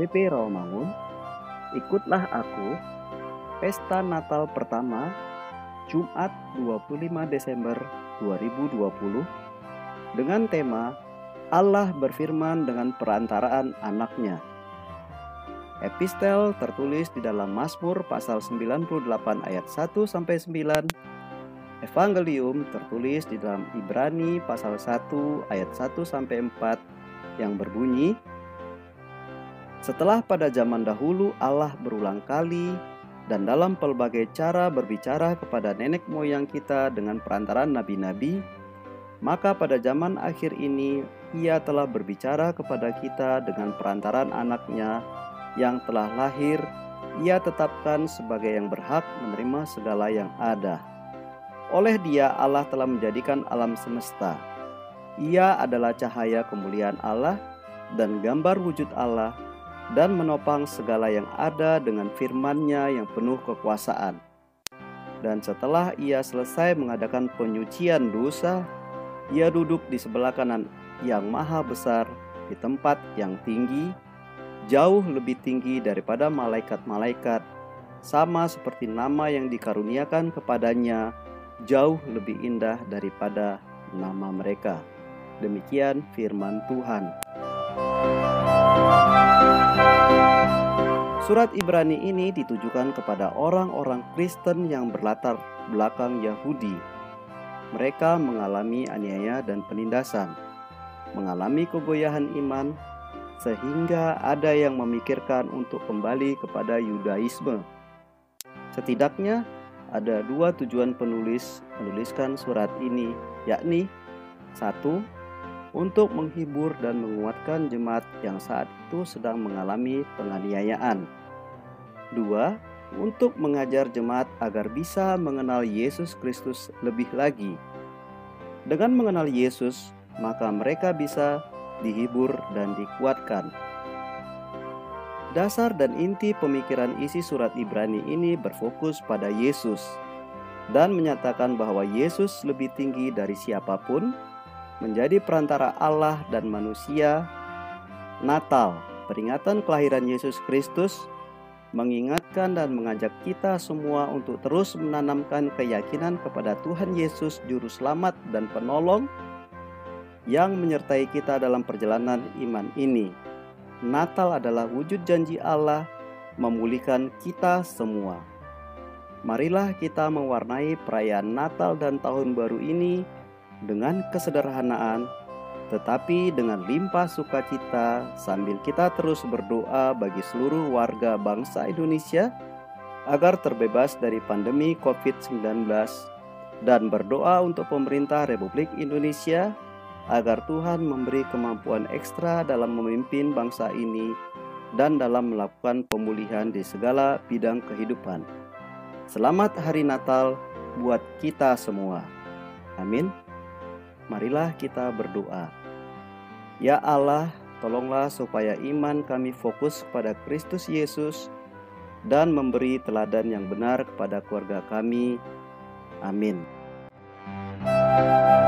HPP Rawamangun, ikutlah aku, Pesta Natal pertama, Jumat 25 Desember 2020, dengan tema Allah berfirman dengan perantaraan anaknya. Epistel tertulis di dalam Mazmur pasal 98 ayat 1-9. Evangelium tertulis di dalam Ibrani pasal 1 ayat 1-4 yang berbunyi, setelah pada zaman dahulu Allah berulang kali dan dalam pelbagai cara berbicara kepada nenek moyang kita dengan perantaraan nabi-nabi, maka pada zaman akhir ini Ia telah berbicara kepada kita dengan perantaraan anaknya yang telah lahir, Ia tetapkan sebagai yang berhak menerima segala yang ada. Oleh Dia Allah telah menjadikan alam semesta. Ia adalah cahaya kemuliaan Allah dan gambar wujud Allah, dan menopang segala yang ada dengan firman-Nya yang penuh kekuasaan. Dan setelah Ia selesai mengadakan penyucian dosa, Ia duduk di sebelah kanan yang maha besar di tempat yang tinggi, jauh lebih tinggi daripada malaikat-malaikat, sama seperti nama yang dikaruniakan kepadanya jauh lebih indah daripada nama mereka. Demikian firman Tuhan. Surat Ibrani ini ditujukan kepada orang-orang Kristen yang berlatar belakang Yahudi. Mereka mengalami aniaya dan penindasan, mengalami kegoyahan iman, sehingga ada yang memikirkan untuk kembali kepada Yudaisme. Setidaknya ada dua tujuan penulis menuliskan surat ini, yakni 1. Untuk menghibur dan menguatkan jemaat yang saat itu sedang mengalami penganiayaan. 2. Untuk mengajar jemaat agar bisa mengenal Yesus Kristus lebih lagi. Dengan mengenal Yesus, maka mereka bisa dihibur dan dikuatkan. Dasar dan inti pemikiran isi surat Ibrani ini berfokus pada Yesus dan menyatakan bahwa Yesus lebih tinggi dari siapapun, menjadi perantara Allah dan manusia. Natal, peringatan kelahiran Yesus Kristus, mengingatkan dan mengajak kita semua untuk terus menanamkan keyakinan kepada Tuhan Yesus Juru Selamat dan Penolong yang menyertai kita dalam perjalanan iman ini. Natal adalah wujud janji Allah memulihkan kita semua. Marilah kita mewarnai perayaan Natal dan Tahun Baru ini dengan kesederhanaan, tetapi dengan limpah sukacita, sambil kita terus berdoa bagi seluruh warga bangsa Indonesia agar terbebas dari pandemi COVID-19, dan berdoa untuk pemerintah Republik Indonesia agar Tuhan memberi kemampuan ekstra dalam memimpin bangsa ini dan dalam melakukan pemulihan di segala bidang kehidupan. Selamat Hari Natal buat kita semua. Amin. Marilah kita berdoa. Ya Allah, tolonglah supaya iman kami fokus kepada Kristus Yesus dan memberi teladan yang benar kepada keluarga kami. Amin.